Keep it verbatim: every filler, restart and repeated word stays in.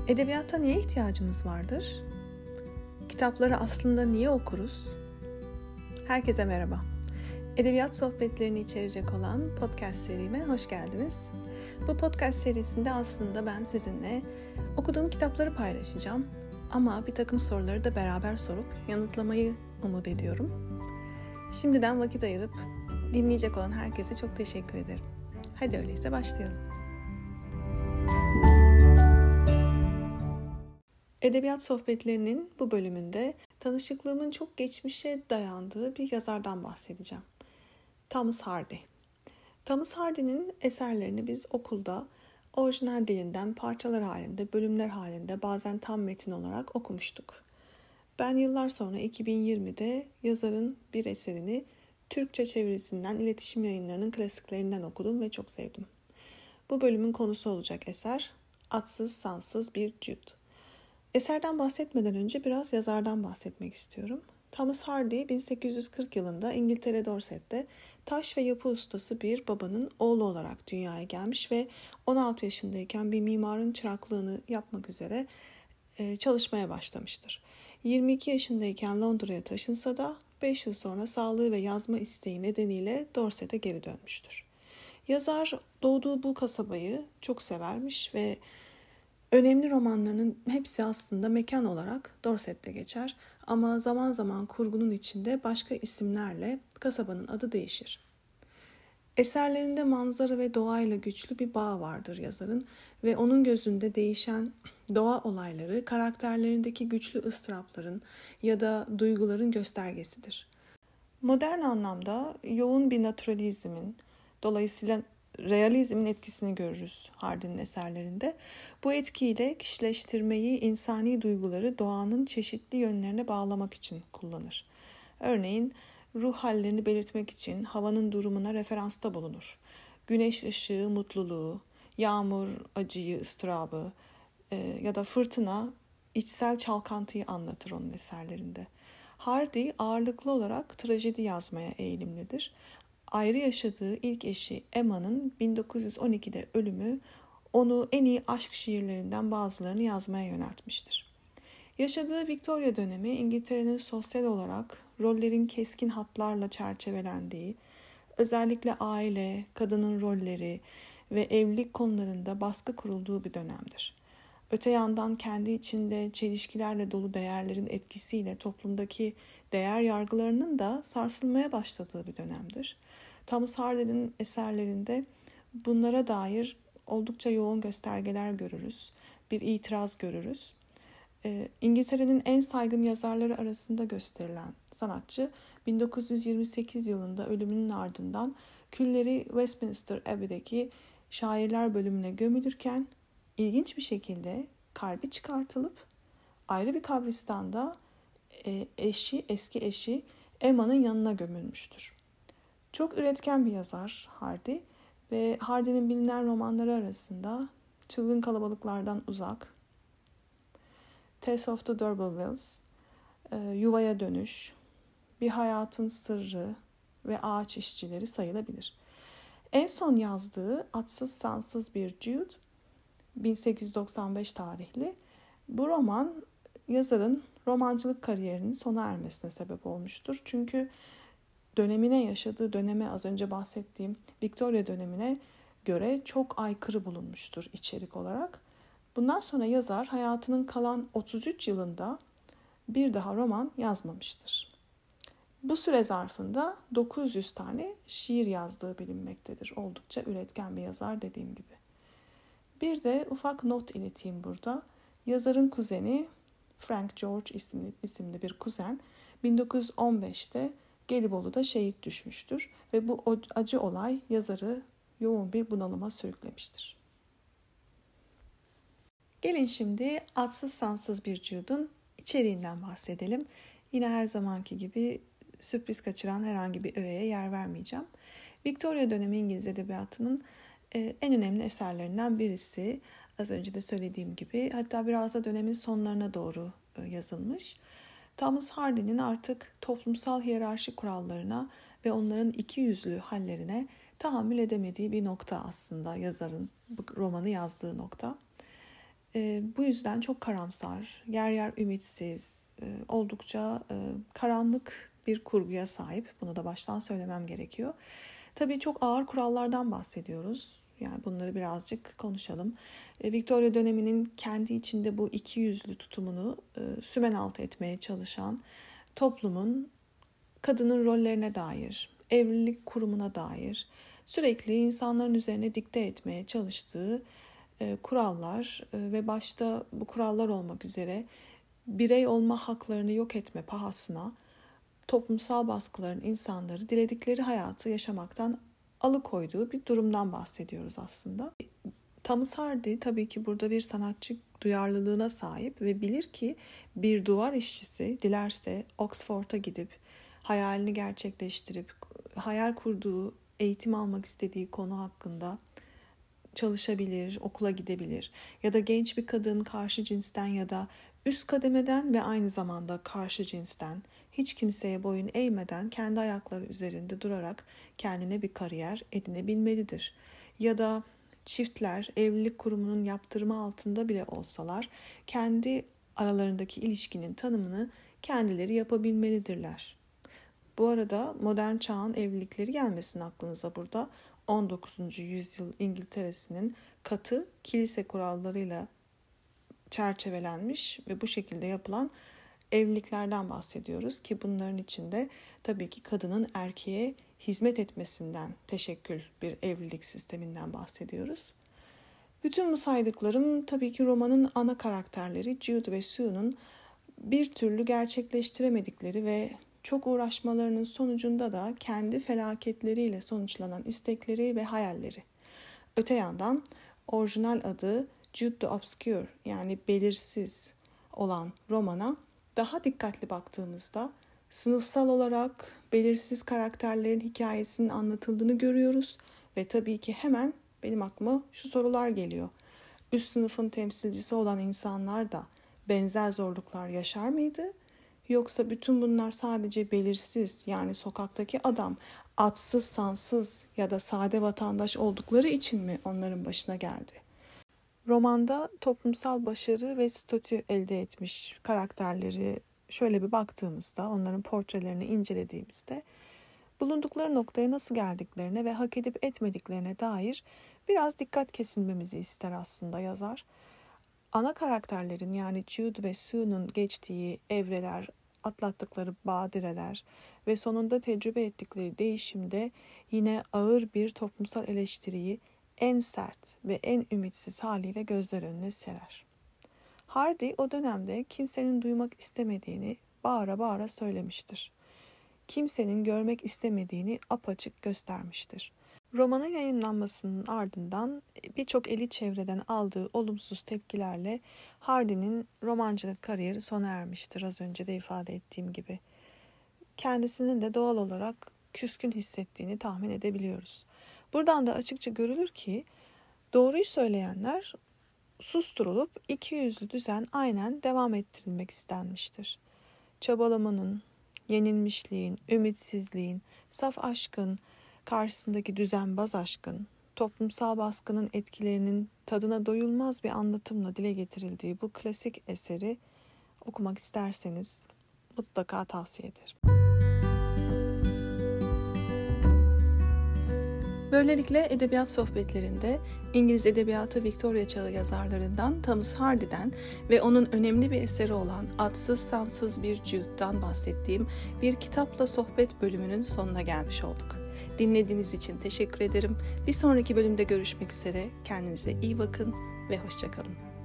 Edebiyata niye ihtiyacımız vardır? Kitapları aslında niye okuruz? Herkese merhaba. Edebiyat sohbetlerini içerecek olan podcast serime hoş geldiniz. Bu podcast serisinde aslında ben sizinle okuduğum kitapları paylaşacağım. Ama bir takım soruları da beraber sorup yanıtlamayı umut ediyorum. Şimdiden vakit ayırıp dinleyecek olan herkese çok teşekkür ederim. Hadi öyleyse başlayalım. Edebiyat sohbetlerinin bu bölümünde tanışıklığımın çok geçmişe dayandığı bir yazardan bahsedeceğim. Thomas Hardy. Thomas Hardy'nin eserlerini biz okulda orijinal dilinden parçalar halinde, bölümler halinde, bazen tam metin olarak okumuştuk. Ben yıllar sonra iki bin yirmide yazarın bir eserini Türkçe çevirisinden iletişim yayınlarının klasiklerinden okudum ve çok sevdim. Bu bölümün konusu olacak eser Adsız Sansız Bir Jude. Eserden bahsetmeden önce biraz yazardan bahsetmek istiyorum. Thomas Hardy bin sekiz yüz kırk yılında İngiltere Dorset'te taş ve yapı ustası bir babanın oğlu olarak dünyaya gelmiş ve on altı yaşındayken bir mimarın çıraklığını yapmak üzere çalışmaya başlamıştır. yirmi iki yaşındayken Londra'ya taşınsa da beş yıl sonra sağlığı ve yazma isteği nedeniyle Dorset'e geri dönmüştür. Yazar doğduğu bu kasabayı çok severmiş ve önemli romanlarının hepsi aslında mekan olarak Dorset'te geçer ama zaman zaman kurgunun içinde başka isimlerle kasabanın adı değişir. Eserlerinde manzara ve doğayla güçlü bir bağ vardır yazarın ve onun gözünde değişen doğa olayları karakterlerindeki güçlü ıstırapların ya da duyguların göstergesidir. Modern anlamda yoğun bir naturalizmin, dolayısıyla realizmin etkisini görürüz Hardy'nin eserlerinde. Bu etkiyle kişileştirmeyi, insani duyguları doğanın çeşitli yönlerine bağlamak için kullanır. Örneğin ruh hallerini belirtmek için havanın durumuna referansta bulunur. Güneş ışığı, mutluluğu, yağmur, acıyı, ıstırabı e, ya da fırtına, içsel çalkantıyı anlatır onun eserlerinde. Hardy ağırlıklı olarak trajedi yazmaya eğilimlidir. Ayrı yaşadığı ilk eşi Emma'nın bin dokuz yüz on ikide ölümü onu en iyi aşk şiirlerinden bazılarını yazmaya yöneltmiştir. Yaşadığı Victoria dönemi İngiltere'nin sosyal olarak rollerin keskin hatlarla çerçevelendiği, özellikle aile, kadının rolleri ve evlilik konularında baskı kurulduğu bir dönemdir. Öte yandan kendi içinde çelişkilerle dolu değerlerin etkisiyle toplumdaki değer yargılarının da sarsılmaya başladığı bir dönemdir. Thomas Hardy'nin eserlerinde bunlara dair oldukça yoğun göstergeler görürüz. Bir itiraz görürüz. Ee, İngiltere'nin en saygın yazarları arasında gösterilen sanatçı bin dokuz yüz yirmi sekiz yılında ölümünün ardından külleri Westminster Abbey'deki şairler bölümüne gömülürken ilginç bir şekilde kalbi çıkartılıp ayrı bir kabristanda eşi, eski eşi Emma'nın yanına gömülmüştür. Çok üretken bir yazar Hardy ve Hardy'nin bilinen romanları arasında Çılgın Kalabalıklardan Uzak, Tales of the D'Urbervilles, Yuvaya Dönüş, Bir Hayatın Sırrı ve Ağaç İşçileri sayılabilir. En son yazdığı Adsız Sansız Bir Jude, bin sekiz yüz doksan beş tarihli. Bu roman yazarın romancılık kariyerinin sona ermesine sebep olmuştur. Çünkü dönemine, yaşadığı döneme, az önce bahsettiğim Victoria dönemine göre çok aykırı bulunmuştur içerik olarak. Bundan sonra yazar hayatının kalan otuz üç yılında bir daha roman yazmamıştır. Bu süre zarfında dokuz yüz tane şiir yazdığı bilinmektedir. Oldukça üretken bir yazar dediğim gibi. Bir de ufak not ileteyim burada. Yazarın kuzeni Frank George isimli, isimli bir kuzen bin dokuz yüz on beşte Gelibolu'da şehit düşmüştür ve bu acı olay yazarı yoğun bir bunalıma sürüklemiştir. Gelin şimdi Adsız Sansız Bir Jude'un içeriğinden bahsedelim. Yine her zamanki gibi sürpriz kaçıran herhangi bir öğeye yer vermeyeceğim. Victoria dönemi İngiliz edebiyatının en önemli eserlerinden birisi. Az önce de söylediğim gibi, hatta biraz da dönemin sonlarına doğru yazılmış. Thomas Hardy'nin artık toplumsal hiyerarşi kurallarına ve onların ikiyüzlü hallerine tahammül edemediği bir nokta aslında yazarın bu romanı yazdığı nokta. E, bu yüzden çok karamsar, yer yer ümitsiz, e, oldukça e, karanlık bir kurguya sahip. Bunu da baştan söylemem gerekiyor. Tabii çok ağır kurallardan bahsediyoruz. Yani bunları birazcık konuşalım. E, Victoria döneminin kendi içinde bu ikiyüzlü tutumunu e, sümen altı etmeye çalışan toplumun kadının rollerine dair, evlilik kurumuna dair sürekli insanların üzerine dikte etmeye çalıştığı e, kurallar e, ve başta bu kurallar olmak üzere birey olma haklarını yok etme pahasına toplumsal baskıların insanları diledikleri hayatı yaşamaktan alıkoyduğu bir durumdan bahsediyoruz aslında. Thomas Hardy tabii ki burada bir sanatçı duyarlılığına sahip ve bilir ki bir duvar işçisi dilerse Oxford'a gidip hayalini gerçekleştirip hayal kurduğu, eğitim almak istediği konu hakkında çalışabilir, okula gidebilir. Ya da genç bir kadın karşı cinsten ya da üst kademeden ve aynı zamanda karşı cinsten hiç kimseye boyun eğmeden kendi ayakları üzerinde durarak kendine bir kariyer edinebilmelidir. Ya da çiftler evlilik kurumunun yaptırımı altında bile olsalar kendi aralarındaki ilişkinin tanımını kendileri yapabilmelidirler. Bu arada modern çağın evlilikleri gelmesin aklınıza burada. on dokuzuncu yüzyıl İngiltere'sinin katı kilise kurallarıyla çerçevelenmiş ve bu şekilde yapılan evliliklerden bahsediyoruz ki bunların içinde tabii ki kadının erkeğe hizmet etmesinden teşekkül bir evlilik sisteminden bahsediyoruz. Bütün bu saydıklarım tabii ki romanın ana karakterleri Jude ve Sue'nun bir türlü gerçekleştiremedikleri ve çok uğraşmalarının sonucunda da kendi felaketleriyle sonuçlanan istekleri ve hayalleri. Öte yandan orijinal adı Jude the Obscure yani belirsiz olan romana daha dikkatli baktığımızda sınıfsal olarak belirsiz karakterlerin hikayesinin anlatıldığını görüyoruz ve tabii ki hemen benim aklıma şu sorular geliyor. Üst sınıfın temsilcisi olan insanlar da benzer zorluklar yaşar mıydı? Yoksa bütün bunlar sadece belirsiz yani sokaktaki adam atsız sansız ya da sade vatandaş oldukları için mi onların başına geldi? Romanda toplumsal başarı ve statü elde etmiş karakterleri şöyle bir baktığımızda, onların portrelerini incelediğimizde bulundukları noktaya nasıl geldiklerine ve hak edip etmediklerine dair biraz dikkat kesilmemizi ister aslında yazar. Ana karakterlerin yani Jude ve Sue'nun geçtiği evreler, atlattıkları badireler ve sonunda tecrübe ettikleri değişimde yine ağır bir toplumsal eleştiriyi en sert ve en ümitsiz haliyle gözler önüne serer. Hardy o dönemde kimsenin duymak istemediğini bağıra bağıra söylemiştir. Kimsenin görmek istemediğini apaçık göstermiştir. Romanın yayınlanmasının ardından birçok elit çevreden aldığı olumsuz tepkilerle Hardy'nin romancılık kariyeri sona ermiştir az önce de ifade ettiğim gibi. Kendisinin de doğal olarak küskün hissettiğini tahmin edebiliyoruz. Buradan da açıkça görülür ki doğruyu söyleyenler susturulup ikiyüzlü düzen aynen devam ettirilmek istenmiştir. Çabalamanın, yenilmişliğin, ümitsizliğin, saf aşkın, karşısındaki düzenbaz aşkın, toplumsal baskının etkilerinin tadına doyulmaz bir anlatımla dile getirildiği bu klasik eseri okumak isterseniz mutlaka tavsiye ederim. Böylelikle edebiyat sohbetlerinde İngiliz edebiyatı Victoria çağı yazarlarından Thomas Hardy'den ve onun önemli bir eseri olan Adsız Sansız Bir Jude'dan bahsettiğim bir kitapla sohbet bölümünün sonuna gelmiş olduk. Dinlediğiniz için teşekkür ederim. Bir sonraki bölümde görüşmek üzere. Kendinize iyi bakın ve hoşça kalın.